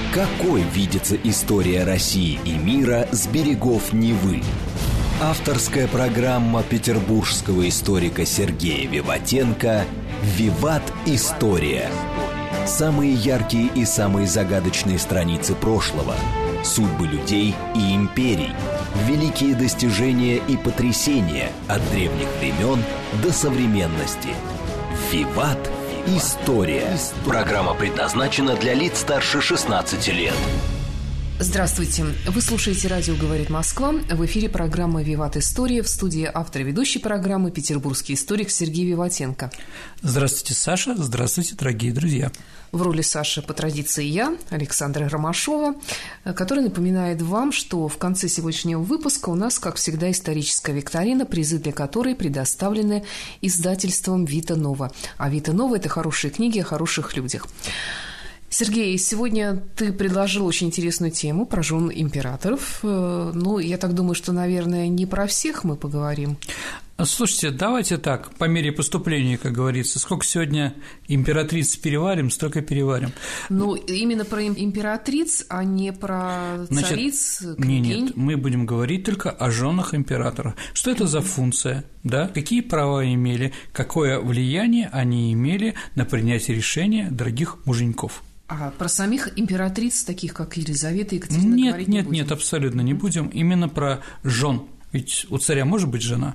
Какой видится история России и мира с берегов Невы? Авторская программа петербургского историка Сергея Виватенко «Виват. История». Самые яркие и самые загадочные страницы прошлого, судьбы людей и империй, великие достижения и потрясения от древних времен до современности. «Виват. История». Программа предназначена для лиц старше 16 лет. Здравствуйте. Вы слушаете «Радио говорит Москва». В эфире программа «Виват. История». В студии автор и ведущей программы петербургский историк Сергей Виватенко. Здравствуйте, Саша. Здравствуйте, дорогие друзья. В роли Саши по традиции я, Александра Ромашова, которая напоминает вам, что в конце сегодняшнего выпуска у нас, как всегда, историческая викторина, призы для которой предоставлены издательством «Вита Нова». А «Вита Нова» – это хорошие книги о хороших людях. Сергей, сегодня ты предложил очень интересную тему про жен императоров. Ну, я так думаю, что, наверное, не про всех мы поговорим. Слушайте, давайте так, по мере поступления, как говорится, сколько сегодня императриц переварим, столько переварим. Ну, именно про императриц, а не про цариц, княгинь. Нет, мы будем говорить только о женах императора. Что это за функция, да? Какие права имели, какое влияние они имели на принятие решения дорогих муженьков. А про самих императриц, таких как Елизавета и Екатерина, говорить не будем? Нет, абсолютно не будем. Именно про жен. Ведь у царя может быть жена?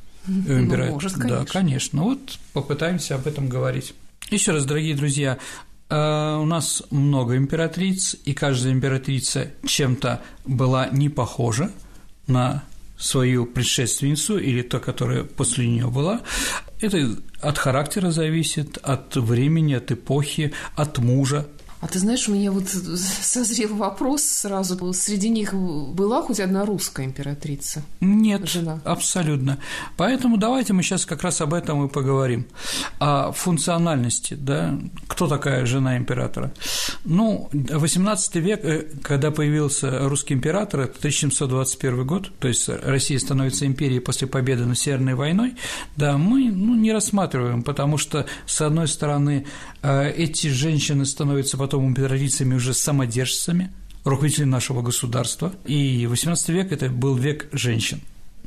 Может, конечно. Да, конечно. Вот попытаемся об этом говорить. Еще раз, дорогие друзья, у нас много императриц, и каждая императрица чем-то была не похожа на свою предшественницу или та, которая после нее была. Это от характера зависит, от времени, от эпохи, от мужа. А ты знаешь, у меня вот созрел вопрос сразу. Среди них была хоть одна русская императрица? Нет, жена? Абсолютно. Поэтому давайте мы сейчас как раз об этом и поговорим. О функциональности, да, кто такая жена императора. Ну, XVIII век, когда появился русский император, это 1721 год, то есть Россия становится империей после победы над Северной войной, да, мы не рассматриваем, потому что, с одной стороны, эти женщины становятся потом императрицами уже самодержцами, руководителями нашего государства, и XVIII век – это был век женщин.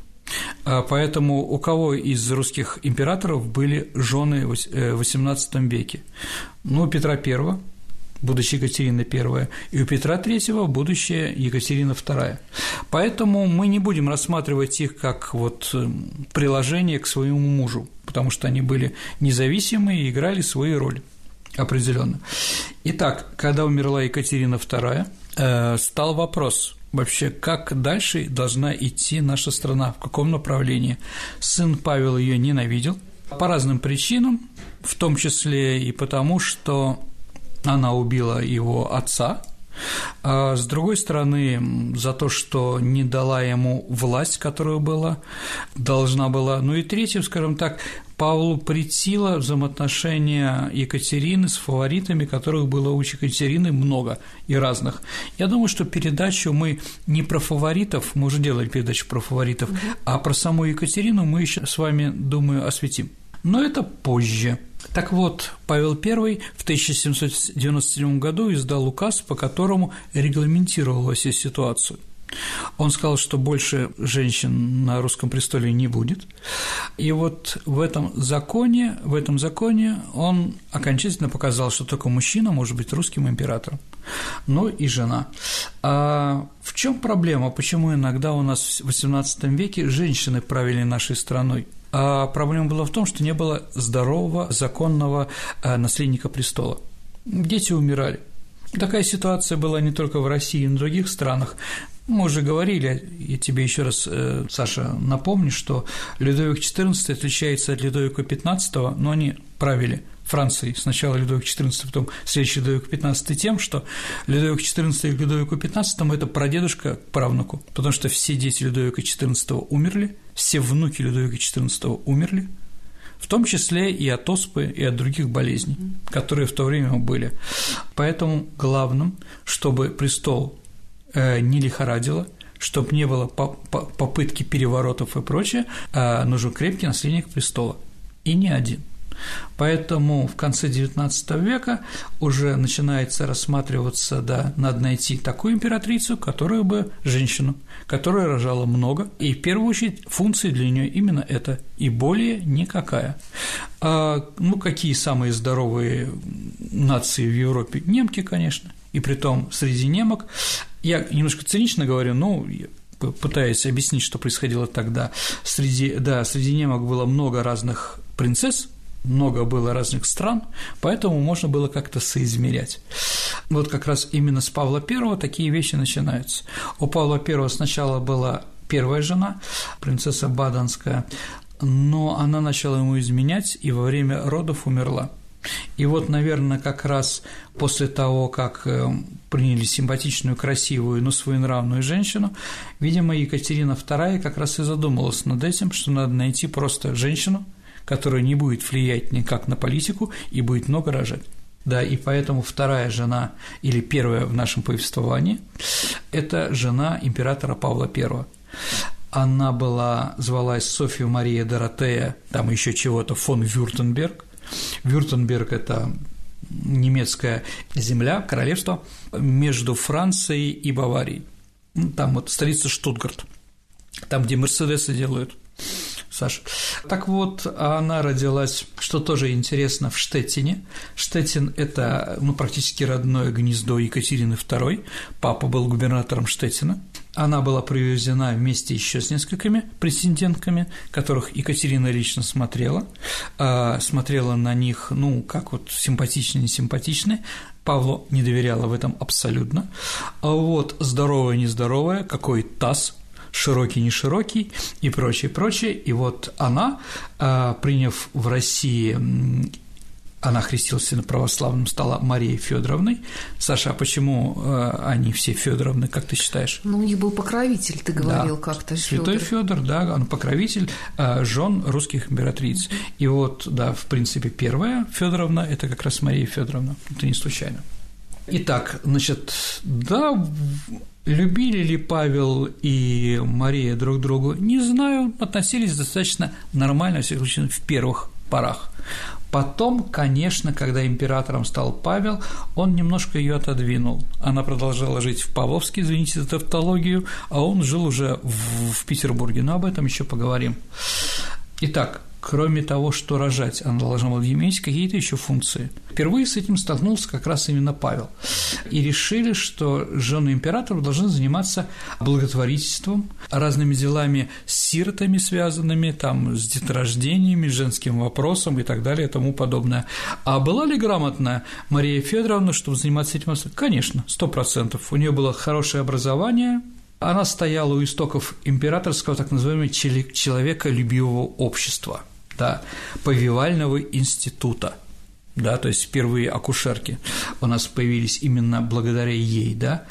Поэтому у кого из русских императоров были жены в XVIII веке? Ну, у Петра I, будущая Екатерина I, и у Петра III, будущая Екатерина II. Поэтому мы не будем рассматривать их как вот приложение к своему мужу, потому что они были независимые и играли свою роль определенно. Итак, когда умерла Екатерина II, стал вопрос вообще, как дальше должна идти наша страна, в каком направлении. Сын Павел ее ненавидел по разным причинам, в том числе и потому, что она убила его отца, а с другой стороны, за то, что не дала ему власть, которая должна была. Ну и третье, скажем так, Павлу претило взаимоотношения Екатерины с фаворитами, которых было у Екатерины много и разных. Я думаю, что передачу мы не про фаворитов, мы уже делали передачу про фаворитов, а про саму Екатерину мы еще с вами, думаю, осветим. Но это позже. Так вот, Павел I в 1797 году издал указ, по которому регламентировал всю ситуацию. Он сказал, что больше женщин на русском престоле не будет. И вот в этом законе он окончательно показал, что только мужчина может быть русским императором, ну и жена. А в чем проблема? Почему иногда у нас в XVIII веке женщины правили нашей страной? А проблема была в том, что не было здорового, законного наследника престола. Дети умирали. Такая ситуация была не только в России, но и в других странах. Мы уже говорили, я тебе еще раз, Саша, напомню, что Людовик XIV отличается от Людовика XV, но они правили Францией. Сначала Людовик XIV, потом следующий Людовик XV тем, что Людовик XIV и Людовику XV – это прадедушка к правнуку, потому что все дети Людовика XIV умерли, все внуки Людовика XIV умерли, в том числе и от оспы, и от других болезней, которые в то время были. Поэтому главным, чтобы престол не лихорадило, чтобы не было попытки переворотов и прочее, нужен крепкий наследник престола, и не один. Поэтому в конце XIX века уже начинается рассматриваться, да, надо найти такую императрицу, которая бы женщину, которая рожала много, и в первую очередь функции для нее именно это, и более никакая. Какие самые здоровые нации в Европе? Немки, конечно, и притом среди немок, я немножко цинично говорю, пытаясь объяснить, что происходило тогда, среди немок было много разных принцесс, много было разных стран, поэтому можно было как-то соизмерять. Вот как раз именно с Павла I такие вещи начинаются. У Павла I сначала была первая жена, принцесса Баденская, но она начала ему изменять и во время родов умерла. И вот, наверное, как раз после того, как приняли симпатичную, красивую, но своенравную женщину, видимо, Екатерина II как раз и задумалась над этим, что надо найти просто женщину, которая не будет влиять никак на политику и будет много рожать. Да, и поэтому вторая жена, или первая в нашем повествовании, это жена императора Павла I. Она звалась Софья Мария Доротея, там еще чего-то, фон Вюртемберг. Вюртемберг – это немецкая земля, королевство между Францией и Баварией. Там вот столица Штутгарт, там, где мерседесы делают. Саша. Так вот, она родилась, что тоже интересно, в Штеттине. Штеттин – это, практически родное гнездо Екатерины II. Папа был губернатором Штеттина. Она была привезена вместе еще с несколькими претендентками, которых Екатерина лично смотрела. Смотрела на них, как вот симпатичные, несимпатичные. Павлу не доверяла в этом абсолютно. Вот, здоровая-нездоровая, какой таз, широкий, не широкий и прочее. И вот она, приняв в России, она крестилась на православном, стала Марией Федоровной. Саша, а почему они все Федоровны, как ты считаешь? У них был покровитель, ты говорил, да, как-то Святой Фёдор, да, он покровитель жен русских императриц. И вот, да, в принципе, первая Федоровна – это как раз Мария Федоровна, это не случайно. Итак, значит, да, любили ли Павел и Мария друг другу, не знаю, относились достаточно нормально, во всяком случае, в первых порах. Потом, конечно, когда императором стал Павел, он немножко ее отодвинул. Она продолжала жить в Павловске, извините за тавтологию, а он жил уже в Петербурге, но об этом еще поговорим. Итак, кроме того, что рожать, она должна была иметь какие-то еще функции. Впервые с этим столкнулся как раз именно Павел. И решили, что жены императора должны заниматься благотворительством, разными делами с сиротами связанными, там, с деторождениями, женским вопросом и так далее и тому подобное. А была ли грамотная Мария Федоровна, чтобы заниматься этим? Конечно, 100%. У нее было хорошее образование. Она стояла у истоков императорского так называемого человеколюбивого общества, да, повивального института, да, то есть впервые акушерки у нас появились именно благодаря ей, да,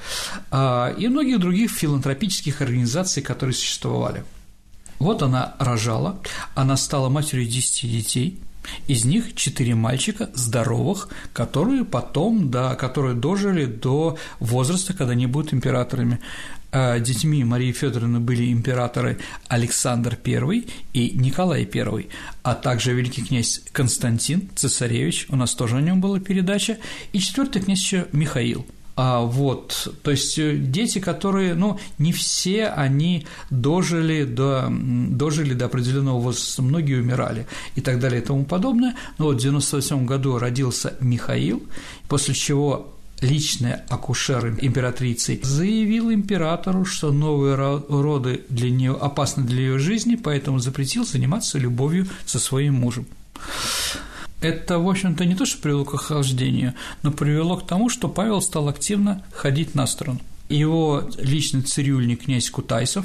и многих других филантропических организаций, которые существовали. Вот она рожала, она стала матерью 10 детей. Из них 4 мальчика здоровых, которые потом, да, которые дожили до возраста, когда они будут императорами. Детьми Марии Фёдоровны были императоры Александр I и Николай I, а также великий князь Константин, цесаревич, у нас тоже о нем была передача, и 4-й князь еще Михаил. Вот, то есть дети, которые, не все они дожили до определенного возраста, многие умирали и так далее и тому подобное, но вот в 1998 году родился Михаил, после чего личный акушер императрицы заявил императору, что новые роды для нее опасны для ее жизни, поэтому запретил заниматься любовью со своим мужем. Это, в общем-то, не то, что привело к охлаждению, но привело к тому, что Павел стал активно ходить на сторону. Его личный цирюльник князь Кутайсов,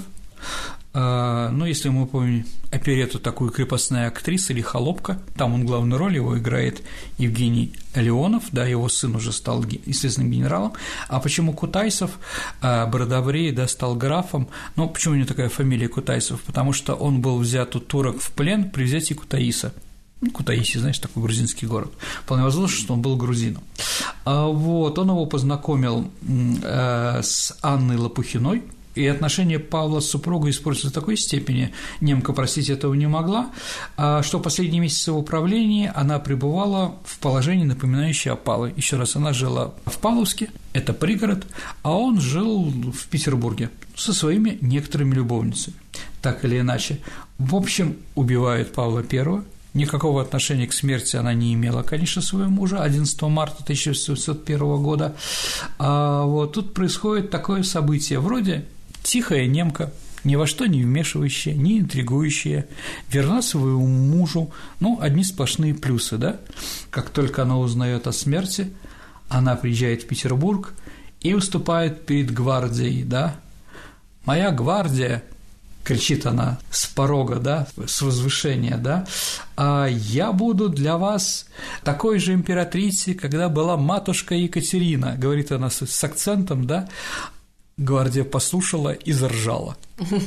если мы помним оперетту такую «Крепостная актриса» или «Холопка», там он главную роль, его играет Евгений Леонов, да, его сын уже стал известным генералом. А почему Кутайсов, Бродобрей, да, стал графом? Почему у него такая фамилия Кутайсов? Потому что он был взят у турок в плен при взятии Кутаиса. Кутаиси, знаешь, такой грузинский город. Вполне возможно, что он был грузином. Вот, он его познакомил с Анной Лопухиной, И отношения Павла с супругой испортились в такой степени, немка простить этого не могла, что в последние месяцы его правления она пребывала в положении, напоминающее опалы. Еще раз, она жила в Павловске, это пригород, а он жил в Петербурге со своими некоторыми любовницами, так или иначе. В общем, убивают Павла I. Никакого отношения к смерти она не имела, конечно, своего мужа, 11 марта 1701 года. А вот тут происходит такое событие, вроде тихая немка, ни во что не вмешивающая, не интригующая, верна своему мужу, одни сплошные плюсы, да? Как только она узнает о смерти, она приезжает в Петербург и выступает перед гвардией, да? «Моя гвардия», кричит она с порога, да, с возвышения, да, «а я буду для вас такой же императрицей, когда была матушка Екатерина», говорит она с акцентом, да. Гвардия послушала и заржала.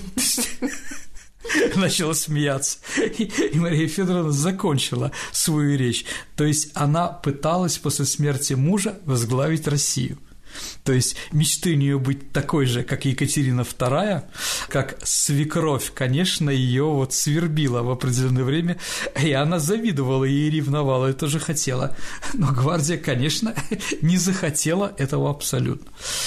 Начала смеяться, и Мария Федоровна закончила свою речь. То есть она пыталась после смерти мужа возглавить Россию. То есть мечты у нее быть такой же, как Екатерина II, как свекровь, конечно, ее свербила в определенное время, и она завидовала и ревновала, и тоже хотела. Но гвардия, конечно, не захотела этого абсолютно.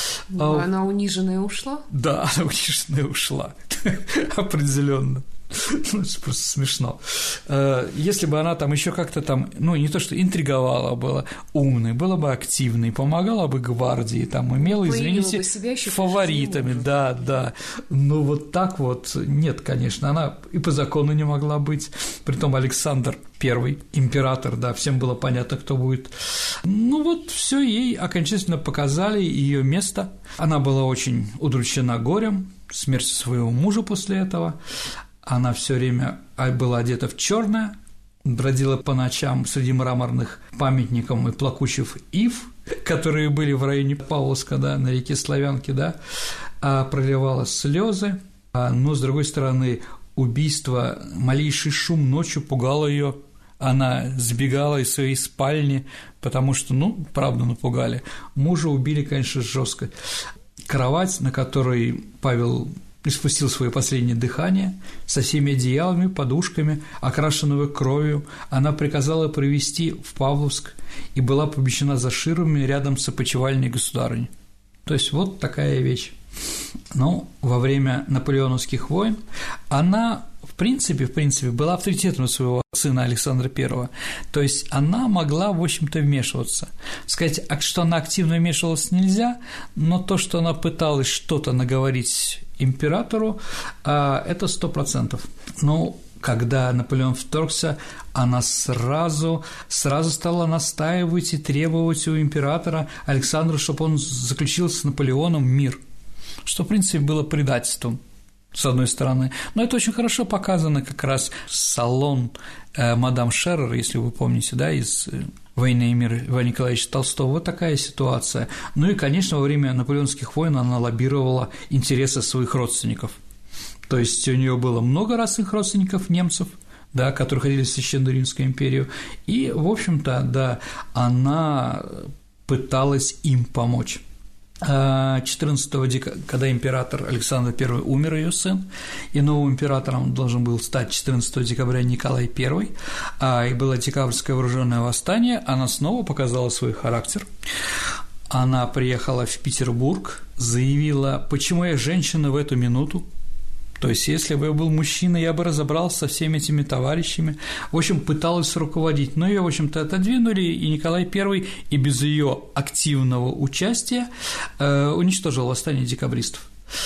Она униженная ушла? Да, она униженная ушла, определенно. Это просто смешно. Если бы она там еще как-то там, не то что интриговала, была умной, была бы активной, помогала бы гвардии, там имела, извините, фаворитами, да. Но вот так вот нет, конечно, она и по закону не могла быть. Притом Александр I, император, да, всем было понятно, кто будет. Все ей окончательно показали ее место. Она была очень удручена горем, смертью своего мужа после этого. Она все время была одета в черное, бродила по ночам среди мраморных памятников и плакучих ив, которые были в районе Павловска, да, на реке Славянки, да, проливала слезы, но, с другой стороны, убийство, малейший шум ночью пугало ее. Она сбегала из своей спальни, потому что, правда, напугали. Мужа убили, конечно, жестко. Кровать, на которой Павел испустил свое последнее дыхание, со всеми одеялами, подушками, окрашенного кровью, она приказала привезти в Павловск и была помещена за ширмами рядом с опочивальней государыней. То есть вот такая вещь. Во время наполеоновских войн она, в принципе, была авторитетом своего сына Александра I, то есть она могла, в общем-то, вмешиваться. Сказать, что она активно вмешивалась нельзя, но то, что она пыталась что-то наговорить императору, это 100%. Когда Наполеон вторгся, она сразу стала настаивать и требовать у императора Александра, чтобы он заключил с Наполеоном мир, что, в принципе, было предательством, с одной стороны. Но это очень хорошо показано как раз салон мадам Шерер, если вы помните, да, из «Войны и мира» Льва Николаевича Толстого. Вот такая ситуация. И, конечно, во время наполеонских войн она лоббировала интересы своих родственников. То есть у нее было много разных родственников немцев, да, которые ходили в Священную Римскую империю, и, в общем-то, да, она пыталась им помочь. 14 декабря, когда император Александр I умер, ее сын, и новым императором должен был стать 14 декабря Николай I, и было декабрьское вооруженное восстание, она снова показала свой характер. Она приехала в Петербург, заявила: «Почему я женщина в эту минуту? То есть, если бы я был мужчиной, я бы разобрался со всеми этими товарищами». В общем, пыталась руководить, но ее, в общем-то, отодвинули, и Николай I и без ее активного участия уничтожил восстание декабристов.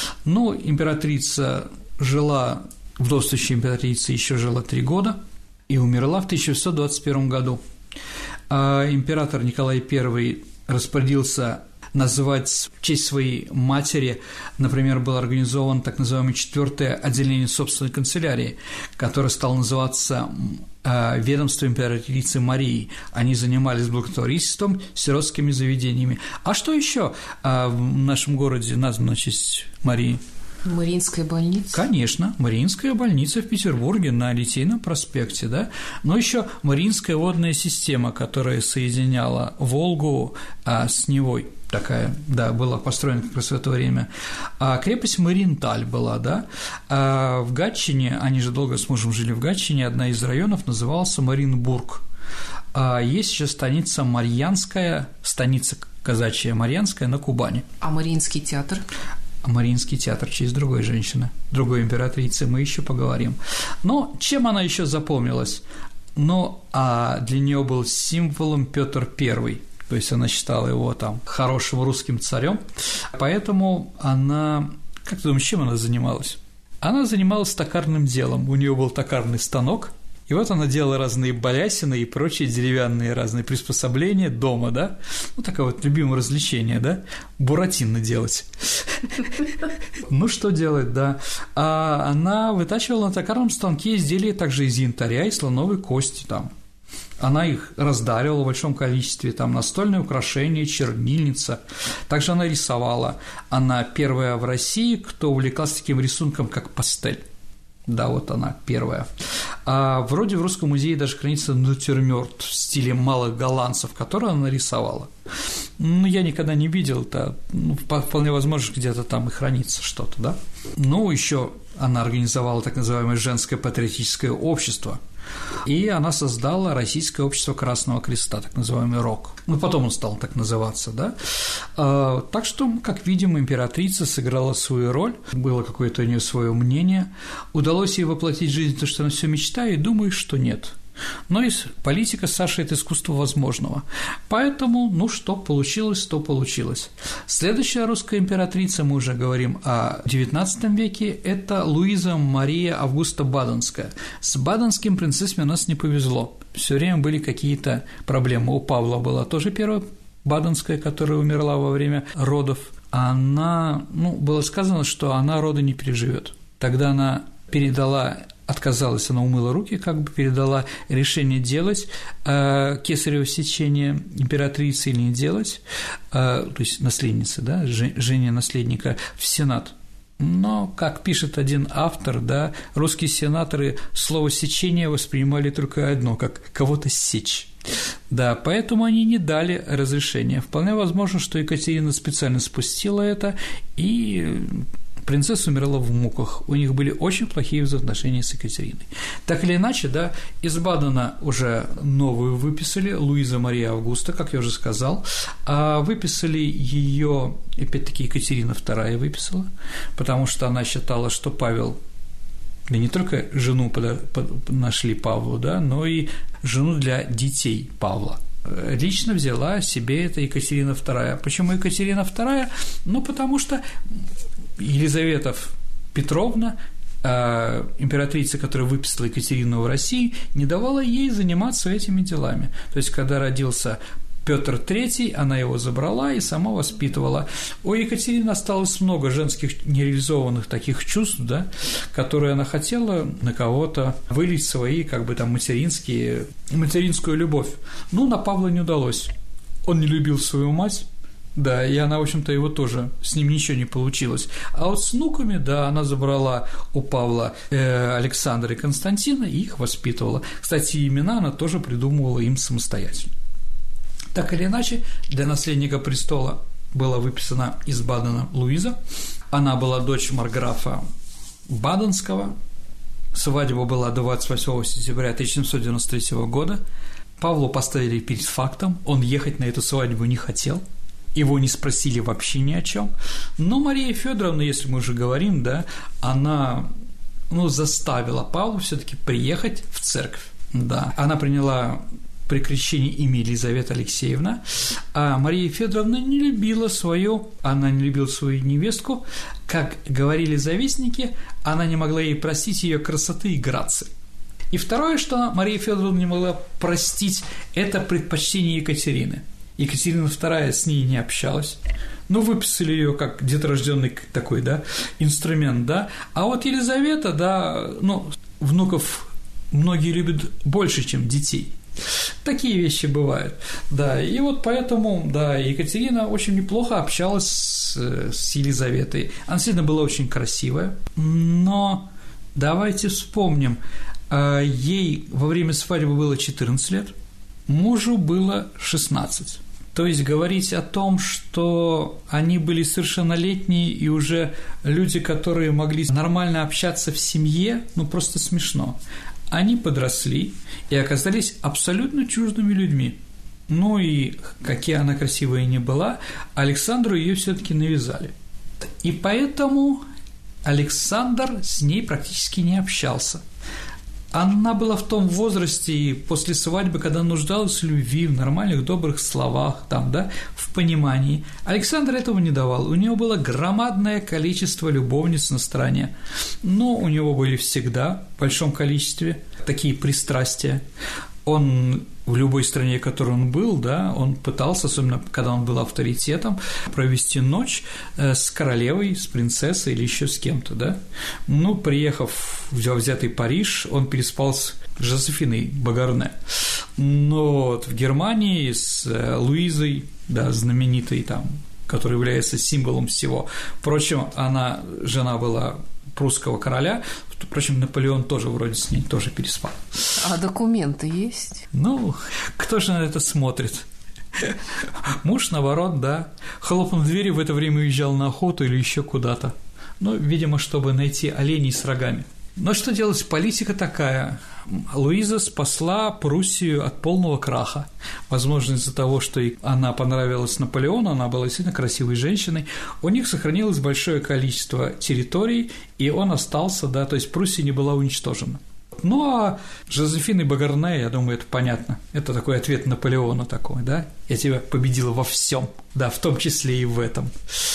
Императрица жила, вдовствующая императрица еще жила 3 года и умерла в 1821 году. Император Николай I распорядился назвать в честь своей матери, например, был организован так называемое 4-е отделение собственной канцелярии, которое стало называться ведомство императрицы Марии. Они занимались благотворительством, сиротскими заведениями. А что еще в нашем городе названо в честь Марии? Мариинская больница? Конечно, Мариинская больница в Петербурге на Литейном проспекте, да, но еще Мариинская водная система, которая соединяла Волгу с Невой. такая, да, была построена как раз в это время. А крепость Мариенталь была, да. А в Гатчине, они же долго с мужем жили в Гатчине, одна из районов назывался Маринбург. А есть еще станица Марьянская, станица казачья Марьянская на Кубани. А Мариинский театр? Мариинский театр в честь другой женщины, другой императрицы, мы еще поговорим. Но чем она еще запомнилась? А для нее был символом Петр I. То есть она считала его там хорошим русским царем, поэтому она, как ты думаешь, чем она занималась? Она занималась токарным делом, у нее был токарный станок, и вот она делала разные балясины и прочие деревянные разные приспособления дома, да, такое вот любимое развлечение, да, буратино делать. Ну, что делать, да. А она вытачивала на токарном станке изделия также из янтаря и слоновой кости там. Она их раздаривала в большом количестве, там настольные украшения, чернильница. Также она рисовала. Она первая в России, кто увлекалась таким рисунком, как пастель. Да, вот она первая. А вроде в Русском музее даже хранится натюрморт в стиле малых голландцев, который она нарисовала. Я никогда не видел это, вполне возможно, где-то там и хранится что-то, да. Еще она организовала так называемое женское патриотическое общество, и она создала Российское общество Красного Креста, так называемый РОК. Потом он стал так называться, да. Так что, как видим, императрица сыграла свою роль, было какое-то у нее свое мнение, удалось ей воплотить в жизнь то, что она все мечтает, и думает, что нет. Но из политика, Саша, это искусство возможного. Поэтому, что получилось, то получилось. Следующая русская императрица, мы уже говорим о XIX веке, это Луиза Мария Августа Баденская. С баденским принцессами у нас не повезло. Все время были какие-то проблемы. У Павла была тоже первая Баденская, которая умерла во время родов. Она, было сказано, что она роды не переживет. Тогда она отказалась, она умыла руки, передала решение делать кесарево сечение императрицы или не делать, то есть наследницы, да, жене наследника, в Сенат. Но, как пишет один автор, да, русские сенаторы слово «сечение» воспринимали только одно, как кого-то сечь. Да, поэтому они не дали разрешения. Вполне возможно, что Екатерина специально спустила это, и принцесса умерла в муках, у них были очень плохие взаимоотношения с Екатериной. Так или иначе, да, из Бадена уже новую выписали, Луиза Мария Августа, как я уже сказал, а выписали ее, опять-таки, Екатерина II выписала, потому что она считала, что Павел, да не только жену нашли Павлу, да, но и жену для детей Павла. Лично взяла себе это Екатерина II. Почему Екатерина II? Потому что Елизавета Петровна, императрица, которая выписала Екатерину в России, не давала ей заниматься этими делами. То есть, когда родился Петр III, она его забрала и сама воспитывала. У Екатерины осталось много женских нереализованных таких чувств, да, которые она хотела на кого-то вылить свои, материнскую любовь. На Павла не удалось. Он не любил свою мать. Да, и она, в общем-то, его тоже, с ним ничего не получилось. А вот с внуками, да, она забрала у Павла Александра и Константина и их воспитывала. Кстати, имена она тоже придумывала им самостоятельно. Так или иначе, для наследника престола была выписана из Бадена Луиза. Она была дочь марграфа Баденского. Свадьба была 28 сентября 1793 года. Павлу поставили перед фактом, он ехать на эту свадьбу не хотел. Его не спросили вообще ни о чем. Но Мария Федоровна, если мы уже говорим, да, она заставила Павла все-таки приехать в церковь. Да. Она приняла при крещении имя Елизавета Алексеевна, а Мария Федоровна не любила свою невестку. Как говорили завистники, она не могла ей простить ее красоты и грации. И второе, что Мария Федоровна не могла простить, это предпочтение Екатерины. Екатерина II с ней не общалась, выписали ее как деторожденный такой, да, инструмент, да, а вот Елизавета, да, внуков многие любят больше, чем детей. Такие вещи бывают, да, и вот поэтому, да, Екатерина очень неплохо общалась с Елизаветой, она действительно была очень красивая, но давайте вспомним, ей во время свадьбы было 14 лет, мужу было 16. То есть говорить о том, что они были совершеннолетние и уже люди, которые могли нормально общаться в семье, ну просто смешно. Они подросли и оказались абсолютно чуждыми людьми. Ну и, какие она красивая ни была, Александру ее все-таки навязали. И поэтому Александр с ней практически не общался. Она была в том возрасте и после свадьбы, когда нуждалась в любви, в нормальных добрых словах, там, да, в понимании. Александр этого не давал. У него было громадное количество любовниц на стороне, но у него были всегда в большом количестве такие пристрастия. Он в любой стране, в которой он был, да, он пытался, особенно когда он был авторитетом, провести ночь с королевой, с принцессой или еще с кем-то, да. Ну, приехав в взятый Париж, он переспал с Жозефиной Багарне. Но вот в Германии с Луизой, да, знаменитой там, которая является символом всего. Впрочем, она, жена была прусского короля, впрочем, Наполеон тоже вроде с ней тоже переспал. А документы есть? Ну, кто же на это смотрит? Муж, наоборот, да, хлопнув дверью, в это время уезжал на охоту или еще куда-то. Ну, видимо, чтобы найти оленей с рогами. Но что делать, политика такая. Луиза спасла Пруссию от полного краха. Возможно, из-за того, что она понравилась Наполеону, она была действительно красивой женщиной, у них сохранилось большое количество территорий, и он остался, да, то есть Пруссия не была уничтожена. Ну, а Жозефина Багарне, я думаю, это понятно. Это такой ответ Наполеону такой, да? Я тебя победила во всем, да, в том числе и в этом.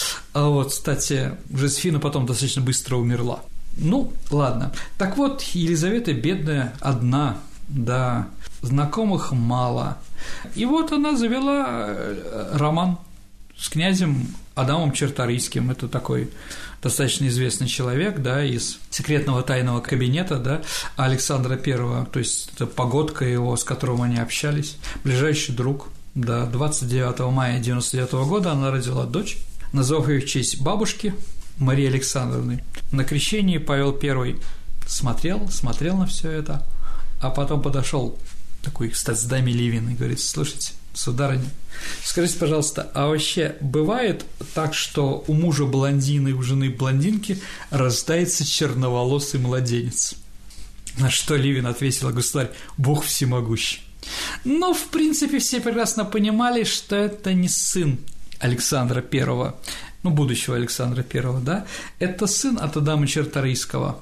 А вот, кстати, Жозефина потом достаточно быстро умерла. Ну, ладно. Так вот, Елизавета бедная одна, да, знакомых мало. И вот она завела роман с князем Адамом Черторийским. Это такой достаточно известный человек, да, из секретного тайного кабинета, да, Александра I, то есть это погодка его, с которым они общались, ближайший друг, да, 29 мая 1999 года она родила дочь, назвав ее в честь бабушки Марии Александровны. На крещении Павел I смотрел на все это, а потом подошел такой, кстати, с даме Левин и говорит: слушайте, сударыня, скажите, пожалуйста, а вообще бывает так, что у мужа блондина и у жены блондинки рождается черноволосый младенец? На что Левин ответила: государь, Бог всемогущий. Но, в принципе, все прекрасно понимали, что это не сын Александра I, ну, будущего Александра I, да, это сын от Адама Черторийского.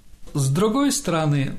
С другой стороны,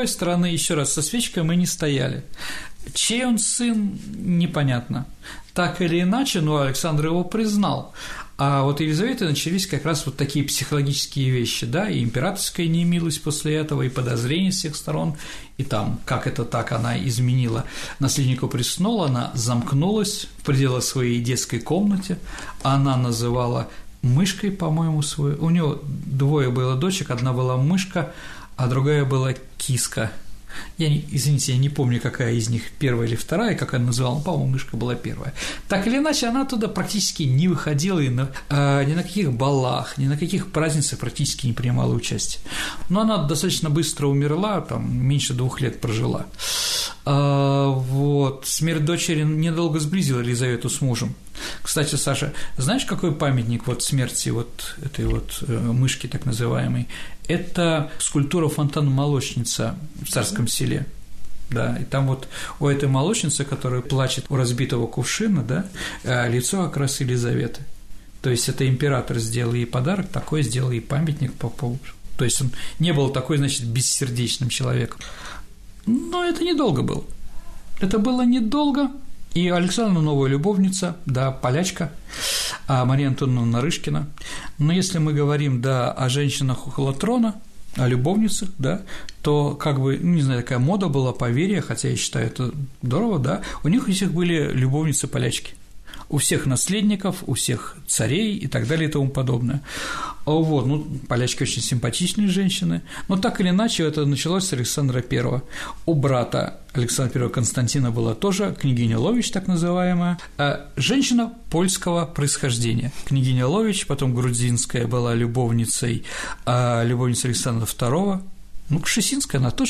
еще раз, со свечкой мы не стояли. Чей он сын, непонятно. Так или иначе, но Александр его признал. А вот Елизаветы начались как раз вот такие психологические вещи, да, и императорская немилость после этого, и подозрения с всех сторон, и там, как это так, она изменила наследнику престола, она замкнулась в пределах своей детской комнате, она называла мышкой, по-моему, свою, у нее двое было дочек, одна была мышка, а другая была киска. Извините, я не помню, какая из них первая или вторая, как она называла, по-моему, мышка была первая. Так или иначе, она оттуда практически не выходила, и ни на каких балах, ни на каких празднествах практически не принимала участие. Но она достаточно быстро умерла, там, меньше 2 лет прожила. Вот. Смерть дочери недолго сблизила Елизавету с мужем. Кстати, Саша, знаешь, какой памятник вот смерти вот этой вот мышки так называемой? Это скульптура фонтана-молочница в Царском Селе. Да, и там вот у этой молочницы, которая плачет у разбитого кувшина, да, лицо как раз Елизаветы. То есть это император сделал ей подарок, такой сделал ей памятник по поводу. То есть он не был такой, значит, бессердечным человеком. Но это недолго было. Это было недолго, и Александра новая любовница, да, полячка, Мария Антоновна Нарышкина. Но если мы говорим, да, о женщинах около трона, о любовницах, да, то как бы, ну, не знаю, такая мода была, поверье, хотя я считаю это здорово, да, у них у всех были любовницы-полячки. У всех наследников, у всех царей и так далее и тому подобное. Вот, ну, полячки очень симпатичные женщины, но так или иначе это началось с Александра I. У брата Александра I Константина была тоже княгиня Лович, так называемая, женщина польского происхождения. Княгиня Лович, потом грузинская была любовницей Александра II, ну, Кшесинская она тоже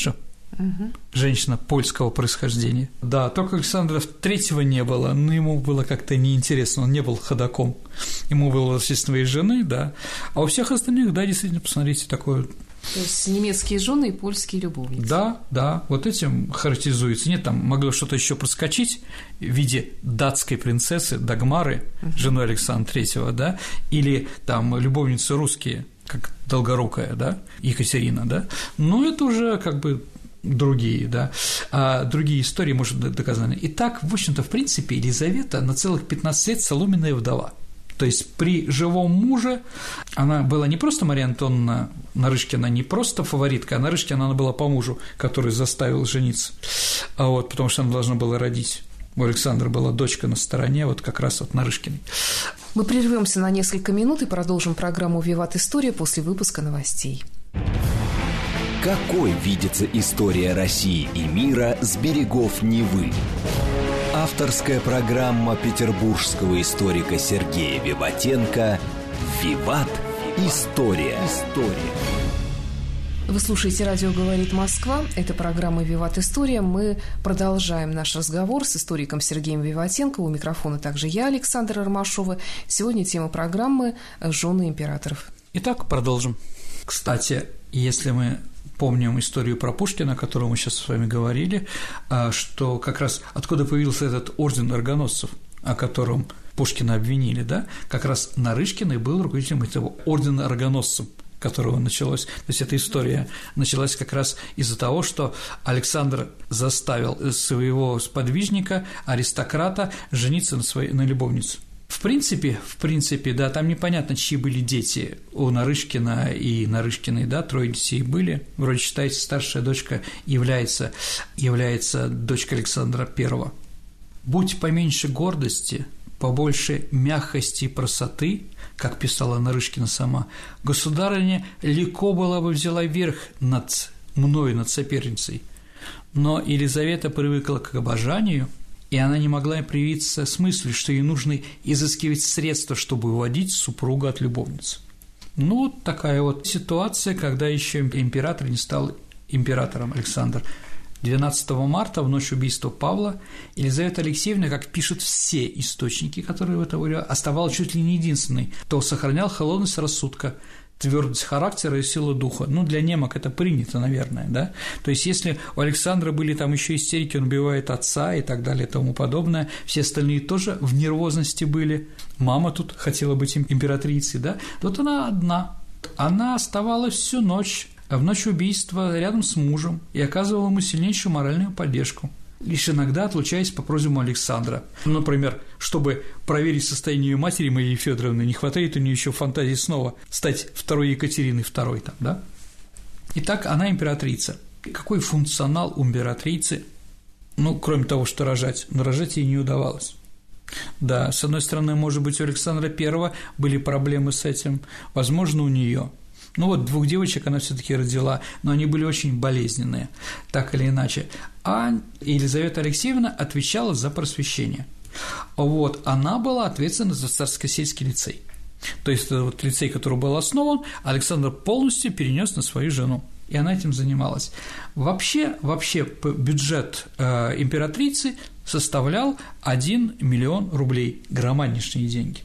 женщина польского происхождения. Да, только Александра III не было, но ему было как-то неинтересно, он не был ходоком. Ему было в честь своей жены, да. А у всех остальных, да, действительно, посмотрите, такое. То есть немецкие жены и польские любовницы. Да, вот этим характеризуется. Нет, там могло что-то еще проскочить в виде датской принцессы Дагмары, жены Александра III, да, или там любовницы русские, как Долгорукая, да, Екатерина, да, но это уже как бы другие, да, другие истории, может быть, доказаны. Итак, в общем-то, в принципе, Елизавета на целых 15 лет соломенная вдова. То есть при живом муже она была не просто Мария Антоновна Нарышкина, не просто фаворитка, а Нарышкина она была по мужу, который заставил жениться, потому что она должна была родить. У Александра была дочка на стороне, вот как раз от Нарышкиной. Мы прервемся на несколько минут и продолжим программу «Виват История» после выпуска новостей. Какой видится история России и мира с берегов Невы? Авторская программа петербургского историка Сергея Виватенко «Виват. История». Вы слушаете «Радио говорит Москва». Это программа «Виват История». Мы продолжаем наш разговор с историком Сергеем Виватенко. У микрофона также я, Александра Ромашова. Сегодня тема программы «Жены императоров». Итак, продолжим. Кстати, если мы помним историю про Пушкина, о которой мы сейчас с вами говорили, что как раз откуда появился этот орден орденоносцев, о котором Пушкина обвинили, да, как раз Нарышкин и был руководителем этого ордена орденоносцев, которого началось. То есть эта история началась как раз из-за того, что Александр заставил своего сподвижника, аристократа, жениться на любовнице. В принципе, да, там непонятно, чьи были дети у Нарышкина и Нарышкиной, да, 3 детей были. Вроде считается, старшая дочка является дочкой Александра I. «Будь поменьше гордости, побольше мягкости и красоты», как писала Нарышкина сама, «государыня легко была бы взяла верх над соперницей». Но Елизавета привыкла к обожанию, и она не могла привиться с мыслью, что ей нужно изыскивать средства, чтобы уводить супруга от любовницы. Ну, вот такая вот ситуация, когда еще император не стал императором Александр. 12 марта, в ночь убийства Павла, Елизавета Алексеевна, как пишут все источники, которые в это говорили, оставалась чуть ли не единственной, кто сохранял холодность рассудка, твердость характера и силу духа. Ну, для немок это принято, наверное, да? То есть, если у Александра были там еще истерики, он убивает отца и так далее и тому подобное, все остальные тоже в нервозности были. Мама тут хотела быть императрицей, да? Вот она одна. Она оставалась всю ночь, в ночь убийства рядом с мужем и оказывала ему сильнейшую моральную поддержку, лишь иногда отлучаясь по просьбам Александра. Например, чтобы проверить состояние ее матери, Марии Фёдоровны, не хватает у нее еще фантазии снова стать второй Екатериной II, там, да? Итак, она императрица. Какой функционал у императрицы? Ну, кроме того, что рожать, но рожать ей не удавалось. Да, с одной стороны, может быть, у Александра I были проблемы с этим, возможно, у нее. Ну вот 2 девочек она все-таки родила, но они были очень болезненные, так или иначе. А Елизавета Алексеевна отвечала за просвещение. Вот, она была ответственна за Царско-сельский лицей. То есть это вот лицей, который был основан, Александр полностью перенес на свою жену, и она этим занималась. Вообще бюджет императрицы составлял 1 миллион рублей, громаднейшие деньги,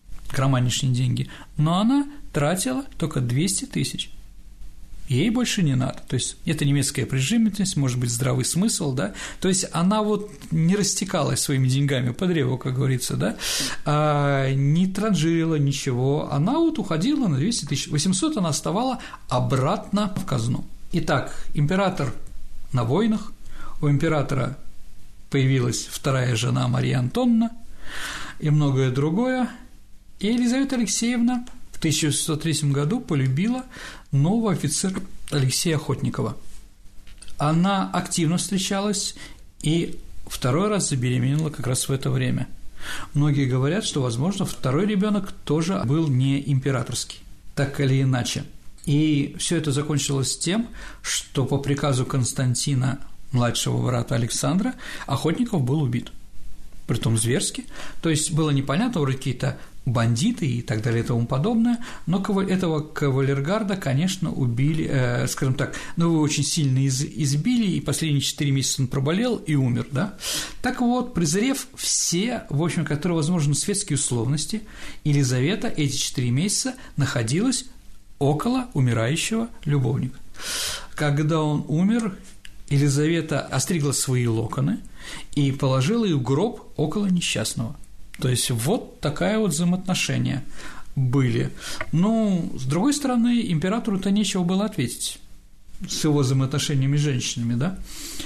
но она тратила только 200 тысяч. Ей больше не надо. То есть это немецкая прижимистость, может быть, здравый смысл, да. То есть она вот не растекалась своими деньгами по древу, как говорится, да, не транжирила ничего. Она вот уходила на 200 тысяч. 800 она оставала обратно в казну. Итак, император на войнах, у императора появилась вторая жена Мария Антоновна и многое другое. И Елизавета Алексеевна в 1603 году полюбила нового офицера Алексея Охотникова. Она активно встречалась и 2 раз забеременела как раз в это время. Многие говорят, что, возможно, 2-й ребенок тоже был не императорский, так или иначе. И все это закончилось тем, что по приказу Константина, младшего брата Александра, Охотников был убит. Притом зверски. То есть было непонятно, вроде какие-то бандиты и так далее и тому подобное, но этого кавалергарда, конечно, убили, скажем так, его очень сильно избили, и последние 4 месяца он проболел и умер, да. Так вот, презрев все, в общем, которые, возможно, светские условности, Елизавета эти 4 месяца находилась около умирающего любовника. Когда он умер, Елизавета остригла свои локоны и положила их в гроб около несчастного. То есть вот такая вот взаимоотношения были. Но, с другой стороны, императору-то нечего было ответить с его взаимоотношениями с женщинами, да?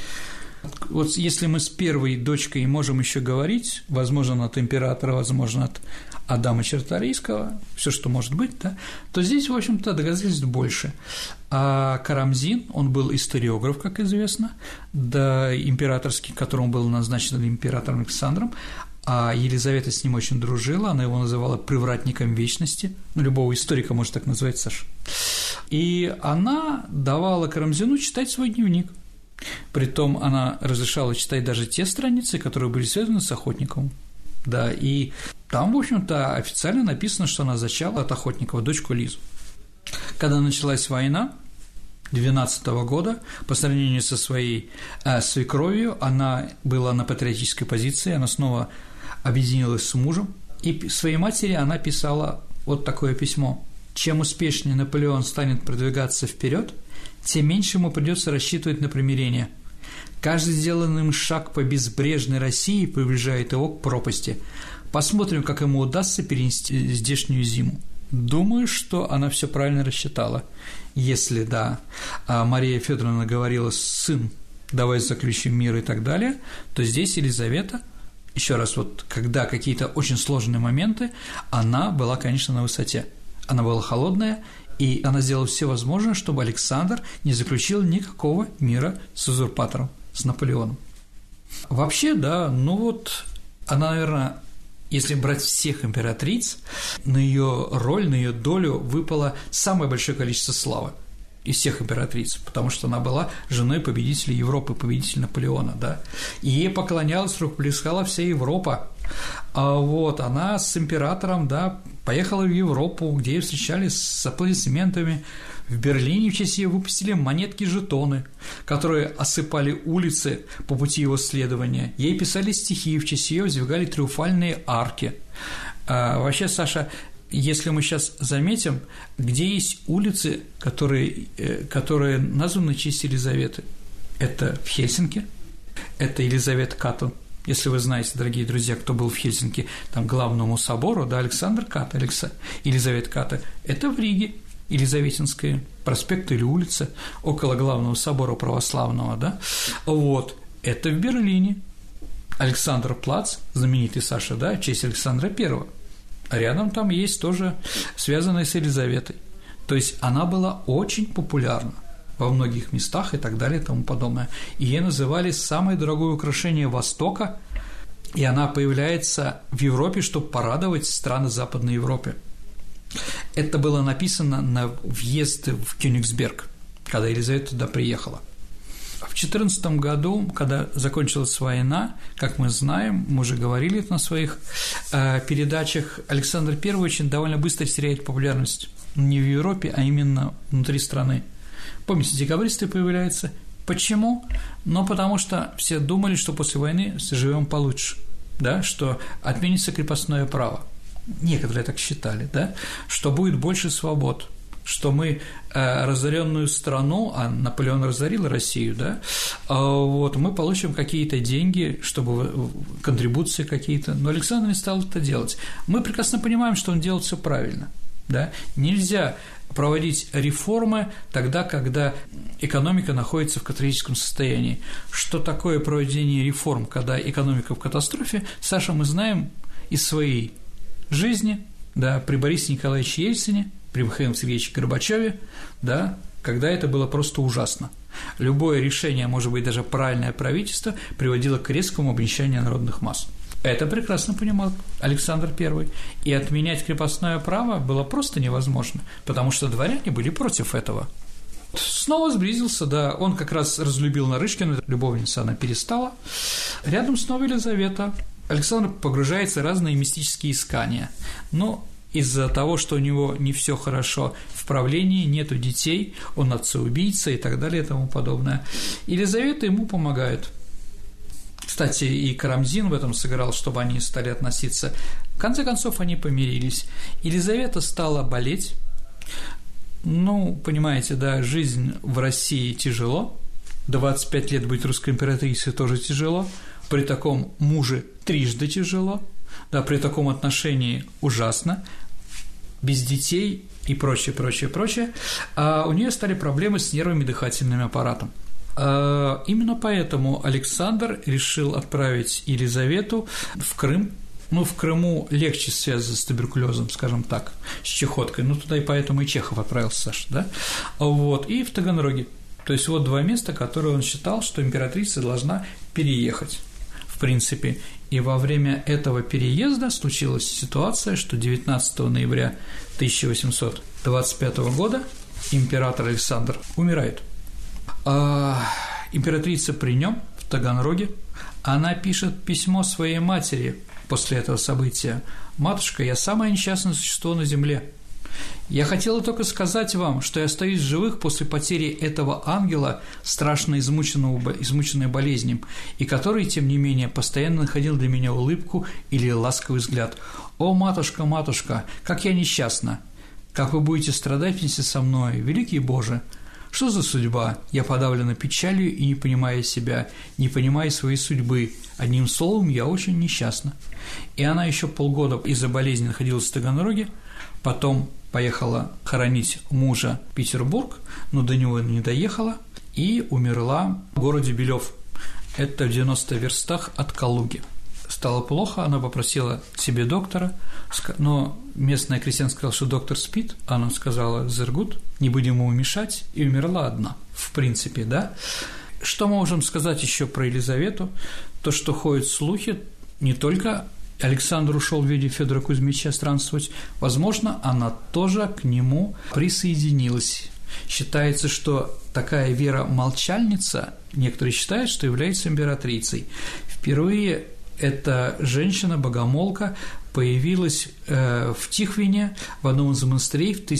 Вот если мы с первой дочкой можем еще говорить, возможно, от императора, возможно, от Адама Чарторийского, все, что может быть, да, то здесь, в общем-то, доказательств больше. А Карамзин, он был историограф, как известно, да, императорский, которому был назначен императором Александром, а Елизавета с ним очень дружила, она его называла привратником вечности, любого историка может так назвать, Саша. И она давала Карамзину читать свой дневник. Притом она разрешала читать даже те страницы, которые были связаны с Охотниковым. Да, и там, в общем-то, официально написано, что она зачала от Охотникова дочку Лизу. Когда началась война 12 года, по сравнению со своей свекровью, она была на патриотической позиции, она снова объединилась с мужем, и своей матери она писала вот такое письмо: «Чем успешнее Наполеон станет продвигаться вперед, тем меньше ему придется рассчитывать на примирение. Каждый сделанный им шаг по безбрежной России приближает его к пропасти. Посмотрим, как ему удастся перенести здешнюю зиму». Думаю, что она все правильно рассчитала. Если, да, Мария Федоровна говорила: «Сын, давай заключим мир» и так далее, то здесь Елизавета, еще раз, вот когда какие-то очень сложные моменты, она была, конечно, на высоте. Она была холодная, и она сделала все возможное, чтобы Александр не заключил никакого мира с узурпатором, с Наполеоном. Вообще, да, ну вот она, наверное, если брать всех императриц, на ее роль, на ее долю выпало самое большое количество славы из всех императриц, потому что она была женой победителя Европы, победителя Наполеона, да, и ей поклонялась, рукоплескала вся Европа. А вот она с императором, да, поехала в Европу, где ее встречали с аплодисментами. В Берлине в честь ее выпустили монетки-жетоны, которые осыпали улицы по пути его следования. Ей писали стихи, в честь ее воздвигали триумфальные арки. Вообще, Саша, если мы сейчас заметим, где есть улицы, которые названы в честь Елизаветы, это в Хельсинки, это Елизавета-Катон. Если вы знаете, дорогие друзья, кто был в Хельсинки, там главному собору, да, Александр Ката, Елизавета Ката, это в Риге, Елизаветинская, проспект или улица, около главного собора православного, да, вот, это в Берлине, Александр Плац, знаменитый, Саша, да, в честь Александра I, а рядом там есть тоже связанное с Елизаветой, то есть она была очень популярна во многих местах и так далее и тому подобное. И ей называли самое дорогое украшение Востока, и она появляется в Европе, чтобы порадовать страны Западной Европы. Это было написано на въезд в Кёнигсберг, когда Елизавета туда приехала. В 14 году, когда закончилась война, как мы знаем, мы уже говорили это на своих передачах, Александр I очень довольно быстро теряет популярность не в Европе, а именно внутри страны. Помните, декабристы появляются. Почему? Ну, потому что все думали, что после войны живем получше, да, что отменится крепостное право. Некоторые так считали, да, что будет больше свобод, что мы разоренную страну, а Наполеон разорил Россию, да, вот, мы получим какие-то деньги, чтобы контрибуции какие-то, но Александр не стал это делать. Мы прекрасно понимаем, что он делает все правильно, да, нельзя проводить реформы тогда, когда экономика находится в катастрофическом состоянии. Что такое проведение реформ, когда экономика в катастрофе, Саша, мы знаем из своей жизни, да, при Борисе Николаевиче Ельцине, при Михаиле Сергеевиче Горбачеве, да, когда это было просто ужасно. Любое решение, может быть, даже правильное правительство, приводило к резкому обнищанию народных масс. Это прекрасно понимал Александр I, и отменять крепостное право было просто невозможно, потому что дворяне были против этого. Снова сблизился, да, он как раз разлюбил Нарышкину, любовница она перестала. Рядом снова Елизавета, Александр погружается в разные мистические искания, но из-за того, что у него не все хорошо в правлении, нету детей, он отца-убийца и так далее и тому подобное, Елизавета ему помогает. Кстати, и Карамзин в этом сыграл, чтобы они стали относиться. В конце концов, они помирились. Елизавета стала болеть. Ну, понимаете, да, жизнь в России тяжело. 25 лет быть русской императрицей тоже тяжело. При таком муже трижды тяжело. Да, при таком отношении ужасно. Без детей и прочее, прочее, прочее. А у нее стали проблемы с нервами и дыхательным аппаратом. Именно поэтому Александр решил отправить Елизавету в Крым. Ну, в Крыму легче связаться с туберкулезом, скажем так, с чехоткой. Ну, туда и поэтому и Чехов отправился, Саша, да? Вот, и в Таганроге. То есть вот два места, которые он считал, что императрица должна переехать, в принципе. И во время этого переезда случилась ситуация, что 19 ноября 1825 года император Александр умирает. Императрица при нем в Таганроге, она пишет письмо своей матери после этого события: «Матушка, я самое несчастное существо на земле. Я хотела только сказать вам, что я остаюсь в живых после потери этого ангела, страшно измученной болезнью, и который, тем не менее, постоянно находил для меня улыбку или ласковый взгляд. О, матушка, матушка, как я несчастна! Как вы будете страдать вместе со мной, великий Боже! Что за судьба? Я подавлена печалью и не понимая себя, не понимая своей судьбы. Одним словом, я очень несчастна». И она еще полгода из-за болезни находилась в Таганроге, потом поехала хоронить мужа в Петербург, но до него не доехала и умерла в городе Белёв. Это в 90 верстах от Калуги. Стало плохо, она попросила себе доктора, но местная крестьянка сказала, что доктор спит, она сказала: «Зергут, не будем ему мешать», и умерла одна, в принципе, да. Что мы можем сказать еще про Елизавету? То, что ходят слухи, не только Александр ушел в виде Федора Кузьмича странствовать, возможно, она тоже к нему присоединилась. Считается, что такая Вера-молчальница, некоторые считают, что является императрицей. Впервые эта женщина-богомолка появилась в Тихвине в одном из монастырей в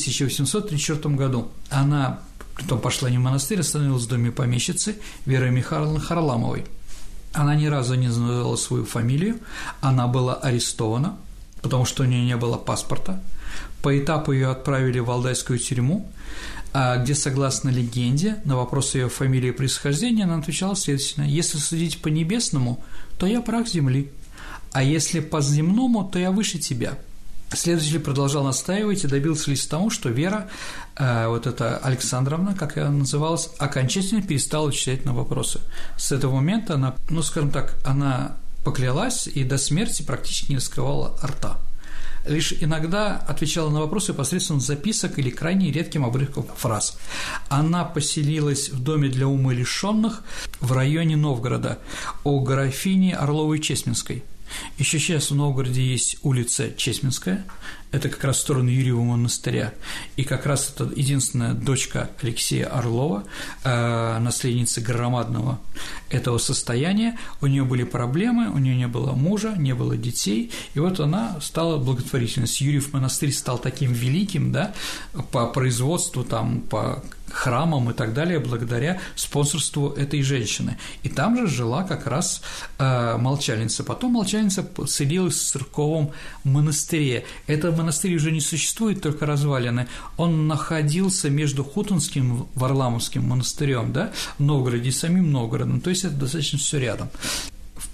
1834 году. Она потом пошла не в монастырь, остановилась в доме помещицы Веры Михайловны Харламовой. Она ни разу не называла свою фамилию, она была арестована, потому что у нее не было паспорта. По этапу ее отправили в Валдайскую тюрьму, где, согласно легенде, на вопрос ее фамилии и происхождения она отвечала следовательно: «Если судить по небесному, то я прах земли, а если по земному, то я выше тебя». Следователь продолжал настаивать и добился лишь тому, что Вера, вот эта Александровна, как она называлась, окончательно перестала отвечать на вопросы. С этого момента она, ну, скажем так, она поклялась и до смерти практически не раскрывала рта. Лишь иногда отвечала на вопросы посредством записок или крайне редким обрывком фраз. Она поселилась в доме для умалишённых в районе Новгорода у графини Орловой-Чесменской. Еще сейчас в Новгороде есть улица Чесменская, это как раз в сторону Юрьева монастыря, и как раз это единственная дочка Алексея Орлова, наследница громадного этого состояния. У нее были проблемы, у нее не было мужа, не было детей, и вот она стала благотворительностью. Юрьев монастырь стал таким великим, да, по производству, там, по храмам и так далее, благодаря спонсорству этой женщины. И там же жила как раз молчальница. Потом молчальница поселилась в церковном монастыре. Этот монастырь уже не существует, только развалины. Он находился между Хутонским и Варламовским монастырем, да, в Новгороде и самим Новгородом, то есть это достаточно все рядом. В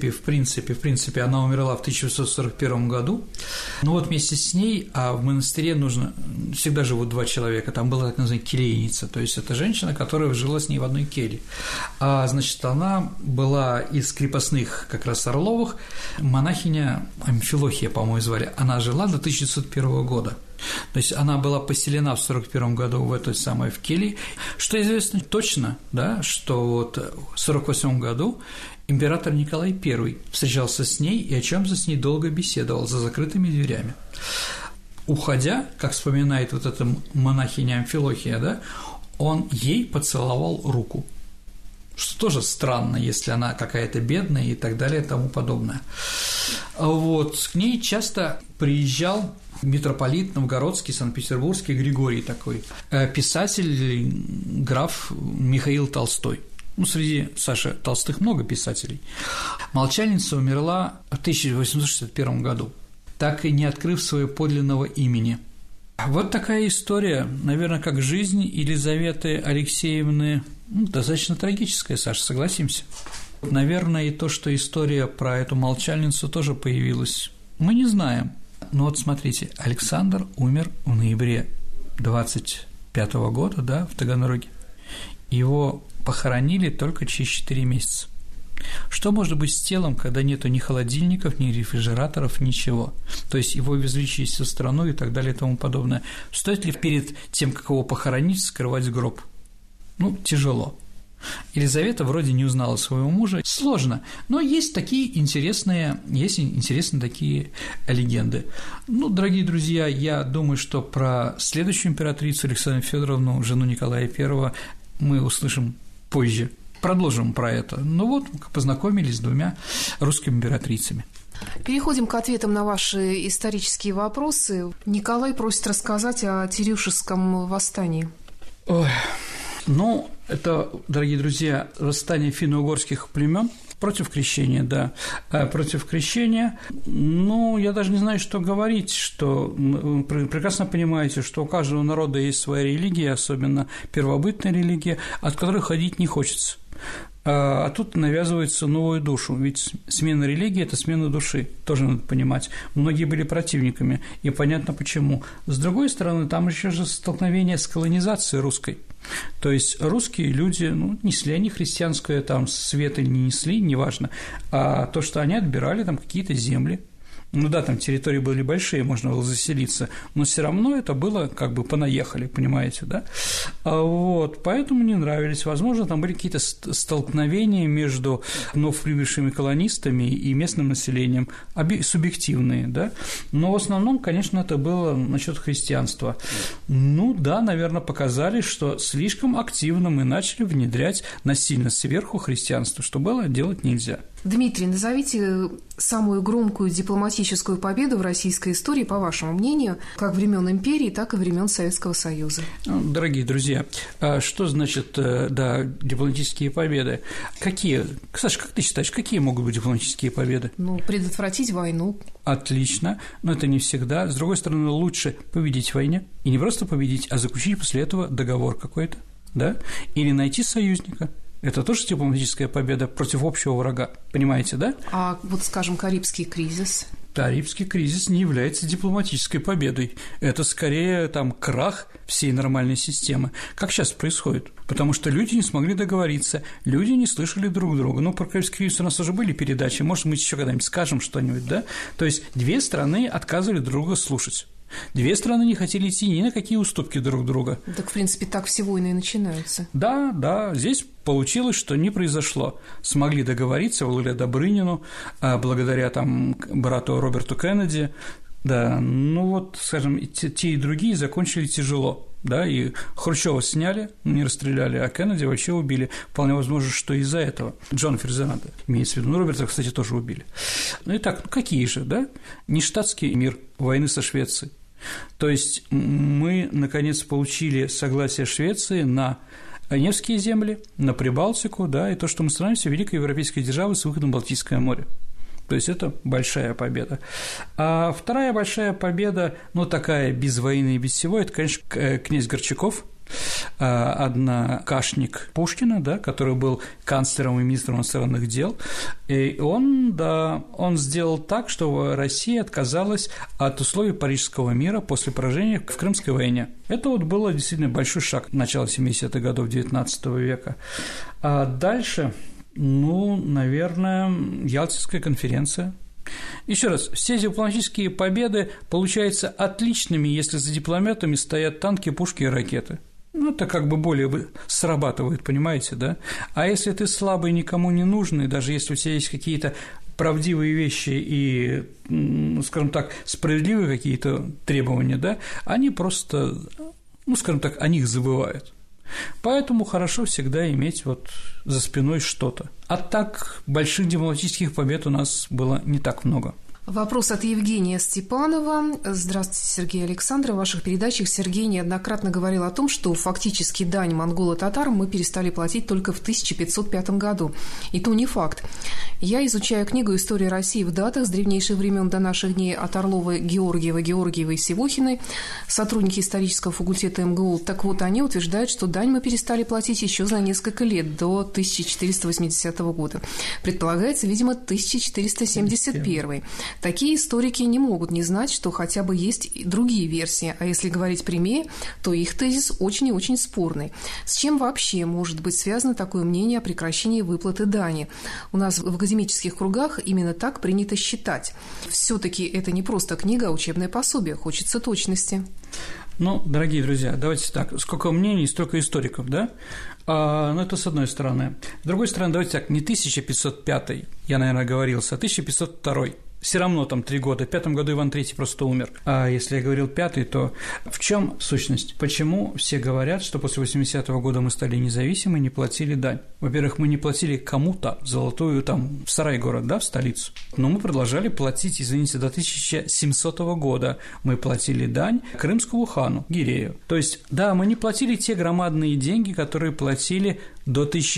принципе, она умерла в 1841 году, но вот вместе с ней, а в монастыре всегда живут два человека, там была так называемая келейница, то есть это женщина, которая жила с ней в одной келье, значит, она была из крепостных как раз Орловых, монахиня Амфилохия, по-моему, звали, она жила до 1901 года. То есть она была поселена в 1941 году в этой самой в келье. Что известно точно, да, что вот в 1948 году император Николай I встречался с ней и о чем-то с ней долго беседовал за закрытыми дверями. Уходя, как вспоминает вот эта монахиня Амфилохия, да, он ей поцеловал руку. что тоже странно, если она какая-то бедная и так далее и тому подобное. Вот, к ней часто приезжал митрополит новгородский, санкт-петербургский Григорий такой, писатель, граф Михаил Толстой. Ну, среди, Саша, Толстых много писателей. Молчальница умерла в 1861 году, так и не открыв своего подлинного имени. Вот такая история, наверное, как жизнь Елизаветы Алексеевны, достаточно трагическая, Саша, согласимся. Наверное, и то, что история про эту молчальницу тоже появилась, мы не знаем. Но вот смотрите, Александр умер в ноябре 25 года, да, в Таганроге. Его похоронили только через 4 месяца. Что может быть с телом, когда нету ни холодильников, ни рефрижераторов, ничего? То есть его везли через всю страну и так далее и тому подобное. Стоит ли перед тем, как его похоронить, скрывать гроб? Ну, тяжело. Елизавета вроде не узнала своего мужа. Сложно, но есть интересные такие легенды. Ну, дорогие друзья, я думаю, что про следующую императрицу Александру Фёдоровну, жену Николая I, мы услышим позже. Продолжим про это. Ну вот, познакомились с 2 русскими императрицами. Переходим к ответам на ваши исторические вопросы. Николай просит рассказать о Терюшевском восстании. Ой, ну, это, дорогие друзья, восстание финно-угорских племен против крещения, да, против крещения. Ну, я даже не знаю, что говорить, что вы прекрасно понимаете, что у каждого народа есть своя религия, особенно первобытная религия, от которой ходить не хочется. А тут навязывается новую душу, ведь смена религии – это смена души, тоже надо понимать. Многие были противниками, и понятно почему. С другой стороны, там еще же столкновение с колонизацией русской. То есть русские люди, несли они христианское там свет или не несли, неважно, а то, что они отбирали там какие-то земли. Ну да, там территории были большие, можно было заселиться, но все равно это было как бы понаехали, понимаете, да? Вот, поэтому не нравились. Возможно, там были какие-то столкновения между вновь прибывшими колонистами и местным населением, субъективные, да? Но в основном, конечно, это было насчет христианства. Ну да, наверное, показали, что слишком активно мы начали внедрять насильно сверху христианство, что было делать нельзя. Дмитрий, назовите самую громкую дипломатическую победу в российской истории, по вашему мнению, как времен империи, так и времен Советского Союза. Дорогие друзья, что значит, да, дипломатические победы? Какие? Саша, как ты считаешь, какие могут быть дипломатические победы? Предотвратить войну. Отлично, но это не всегда. С другой стороны, лучше победить в войне, и не просто победить, а заключить после этого договор какой-то, да? Или найти союзника. Это тоже дипломатическая победа против общего врага, понимаете, да? А вот, скажем, Карибский кризис? Карибский кризис не является дипломатической победой. Это скорее там крах всей нормальной системы, как сейчас происходит. Потому что люди не смогли договориться, люди не слышали друг друга. Про Карибский кризис у нас уже были передачи, может, мы еще когда-нибудь скажем что-нибудь, да? То есть 2 страны отказывали друг друга слушать. 2 страны не хотели идти ни на какие уступки друг друга. Так, в принципе, так все войны и начинаются. Да, здесь получилось, что не произошло. Смогли договориться благодаря Добрынину, благодаря там брату Роберту Кеннеди. Да, скажем, те и другие закончили тяжело. Да, и Хрущёва сняли, не расстреляли, а Кеннеди вообще убили. Вполне возможно, что из-за этого. Джона Фердинанда, имеется в виду. Роберта, кстати, тоже убили. Итак, какие же, да? Нештатский мир войны со Швецией. То есть мы, наконец, получили согласие Швеции на Невские земли, на Прибалтику, да, и то, что мы становимся великой европейской державой с выходом в Балтийское море. То есть это большая победа. А вторая большая победа, такая без войны и без всего, это, конечно, князь Горчаков, однокашник Пушкина, да, который был канцлером и министром иностранных дел, и он сделал так, что Россия отказалась от условий Парижского мира после поражения в Крымской войне. Это было действительно большой шаг начала 70-х годов XIX века. А дальше, наверное, Ялтинская конференция. Еще раз, все дипломатические победы получаются отличными, если за дипломатами стоят танки, пушки и ракеты. Это как бы более срабатывает, понимаете, да? А если ты слабый, никому не нужный, даже если у тебя есть какие-то правдивые вещи и, скажем так, справедливые какие-то требования, да, они просто, скажем так, о них забывают. Поэтому хорошо всегда иметь вот за спиной что-то. А так больших дипломатических побед у нас было не так много. Вопрос от Евгения Степанова. Здравствуйте, Сергей Александрович. В ваших передачах Сергей неоднократно говорил о том, что фактически дань монголо-татарам мы перестали платить только в 1505 году. И то не факт. Я изучаю книгу «История России в датах» с древнейших времен до наших дней от Орловой, Георгиевой и Севохиной, сотрудники исторического факультета МГУ. Так вот, они утверждают, что дань мы перестали платить еще за несколько лет, до 1480 года. Предполагается, видимо, 1471. Такие историки не могут не знать, что хотя бы есть и другие версии, а если говорить прямее, то их тезис очень и очень спорный. С чем вообще может быть связано такое мнение о прекращении выплаты дани? У нас в академических кругах именно так принято считать. Все-таки это не просто книга, а учебное пособие. Хочется точности. Ну, дорогие друзья, давайте так. Сколько мнений, столько историков, да? Ну, это с одной стороны. С другой стороны, давайте так. Не 1505, я, наверное, оговорился, а 1502. Все равно там 3 года. В 5 году Иван III просто умер. А если я говорил 5, то в чем сущность? Почему все говорят, что после 80-го года мы стали независимы, не платили дань? Во-первых, мы не платили кому-то золотую там в Сарай город, да, в столицу. Но мы продолжали платить, извините, до 1700 года мы платили дань крымскому хану Гирею. То есть, да, мы не платили те громадные деньги, которые платили до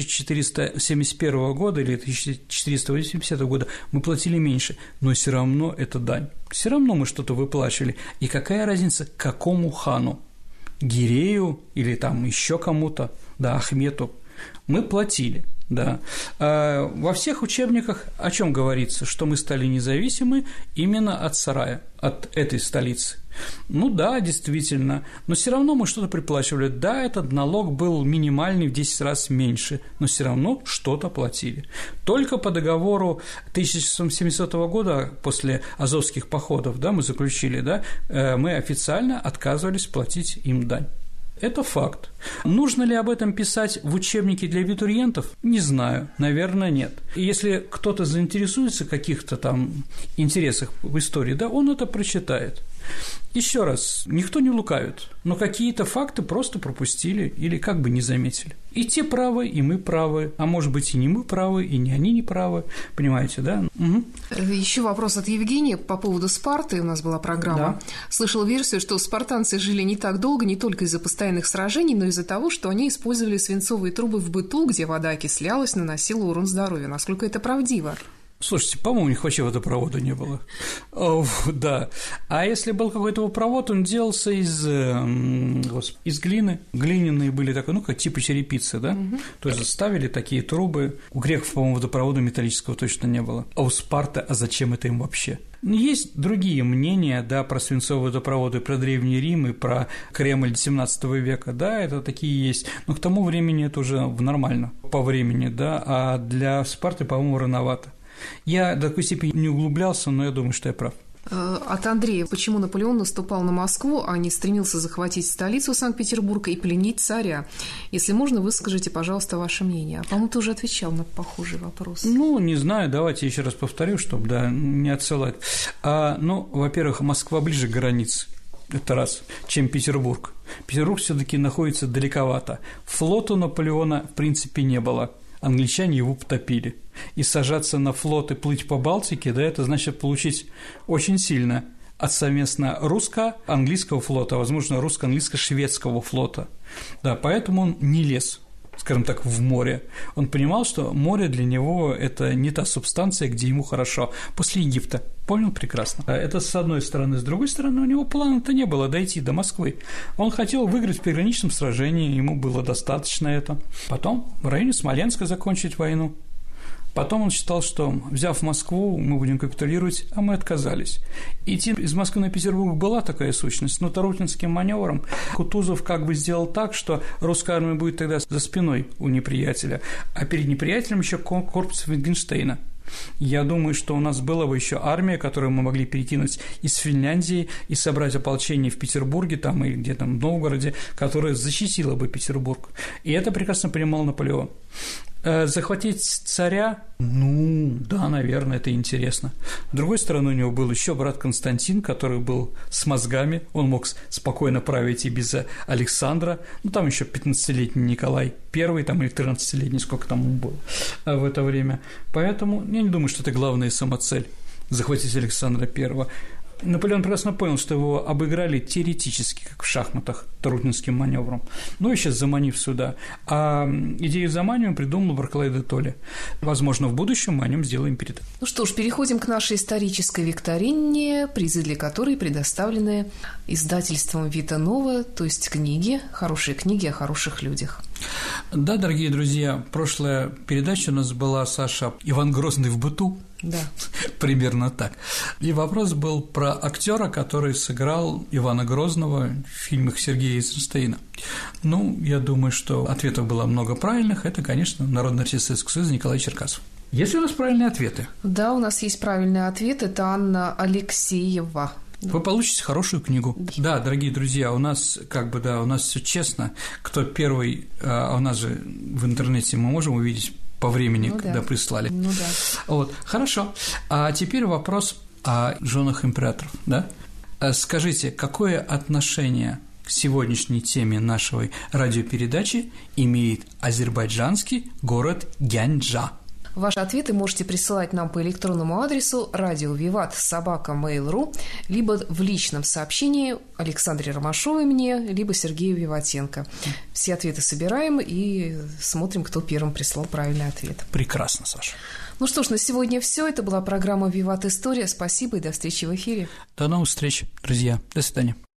1471 года или 1480 года, мы платили меньше, но все равно это дань. Все равно мы что-то выплачивали. И какая разница, какому хану? Гирею или там еще кому-то, да, Ахмету? Мы платили, да. Во всех учебниках о чем говорится? Что мы стали независимы именно от Сарая, от этой столицы. Ну да, действительно, но все равно мы что-то приплачивали. Да, этот налог был минимальный в 10 раз меньше, но все равно что-то платили. Только по договору 1700 года, после Азовских походов, да, мы заключили, да, мы официально отказывались платить им дань. Это факт. Нужно ли об этом писать в учебнике для абитуриентов? Не знаю, наверное, нет. И если кто-то заинтересуется в каких-то там интересах в истории, да, он это прочитает. Еще раз, никто не лукавит, но какие-то факты просто пропустили или как бы не заметили. И те правы, и мы правы, а может быть и не мы правы, и не они не правы, понимаете, да? Угу. Еще вопрос от Евгения по поводу Спарты, у нас была программа. Да. Слышал версию, что спартанцы жили не так долго не только из-за постоянных сражений, но и из-за того, что они использовали свинцовые трубы в быту, где вода окислялась, наносила урон здоровью. Насколько это правдиво? Слушайте, по-моему, у них вообще водопровода не было. Да. А если был какой-то водопровод, он делался из глины. Глиняные были такой, ну, как типа черепицы, да? Угу. То есть ставили такие трубы. У греков, по-моему, водопровода металлического точно не было. А у Спарты, а зачем это им вообще? Есть другие мнения, да, про свинцовые водопроводы, про Древний Рим и про Кремль XVII века, да, это такие есть, но к тому времени это уже нормально по времени, да, а для Спарты, по-моему, рановато. Я до такой степени не углублялся, но я думаю, что я прав. От Андрея. Почему Наполеон наступал на Москву, а не стремился захватить столицу Санкт-Петербурга и пленить царя? Если можно, выскажите, пожалуйста, ваше мнение. А, по-моему, ты уже отвечал на похожий вопрос. Ну, не знаю, давайте еще раз повторю, чтобы, да, не отсылать. Ну, во-первых, Москва ближе к границе. Это раз, чем Петербург. Петербург все-таки находится далековато. Флота у Наполеона, в принципе, не было. Англичане его потопили. И сажаться на флот и плыть по Балтике, да, это значит получить очень сильно от совместно русско-английского флота, возможно, русско-английско-шведского флота. Да, поэтому он не лез, скажем так, в море. Он понимал, что море для него – это не та субстанция, где ему хорошо. После Египта. Понял прекрасно. Это с одной стороны. С другой стороны, у него плана-то не было дойти до Москвы. Он хотел выиграть в приграничном сражении, ему было достаточно это. Потом в районе Смоленска закончить войну. Потом он считал, что, взяв Москву, мы будем капитулировать, а мы отказались. Идти из Москвы на Петербург была такая сущность, но Тарутинским маневром Кутузов как бы сделал так, что русская армия будет тогда за спиной у неприятеля, а перед неприятелем еще корпус Витгенштейна. Я думаю, что у нас была бы еще армия, которую мы могли перекинуть из Финляндии и собрать ополчение в Петербурге там, или где-то в Новгороде, которое защитило бы Петербург. И это прекрасно понимал Наполеон. захватить царя, ну, да, наверное, это интересно. С другой стороны, у него был еще брат Константин, который был с мозгами, он мог спокойно править и без Александра, ну, там еще 15-летний Николай I, там, или 13-летний, сколько там он был в это время. Поэтому я не думаю, что это главная самоцель – захватить Александра I. Наполеон прекрасно понял, что его обыграли теоретически, как в шахматах, тарутинским маневром, ну и сейчас заманив сюда. А идею заманивания придумал Барклай де Толли. Возможно, в будущем мы о нем сделаем передачу. Ну что ж, переходим к нашей исторической викторине, призы для которой предоставлены издательством Вита Нова, то есть книги, хорошие книги о хороших людях. Да, дорогие друзья, прошлая передача у нас была, Саша, «Иван Грозный в быту». Да. Примерно так. И вопрос был про актера, который сыграл Ивана Грозного в фильмах Сергея Эйзенштейна. Ну, я думаю, что ответов было много правильных. Это, конечно, Народный артист Советского Союза Николай Черкасов. Есть ли у нас правильные ответы? Да, у нас есть правильный ответ. Это Анна Алексеева. Вы получите хорошую книгу. Да, дорогие друзья, у нас у нас все честно. Кто первый, у нас же в интернете мы можем увидеть по времени, когда прислали. Ну да. Вот, хорошо. А теперь вопрос о женах императоров, да? Скажите, какое отношение к сегодняшней теме нашей радиопередачи имеет азербайджанский город Гянджа? Ваши ответы можете присылать нам по электронному адресу radiovivat@mail.ru, либо в личном сообщении Александре Ромашовой мне, либо Сергею Виватенко. Все ответы собираем и смотрим, кто первым прислал правильный ответ. Прекрасно, Саша. Ну что ж, на сегодня все. Это была программа «Виват История». Спасибо и до встречи в эфире. До новых встреч, друзья. До свидания.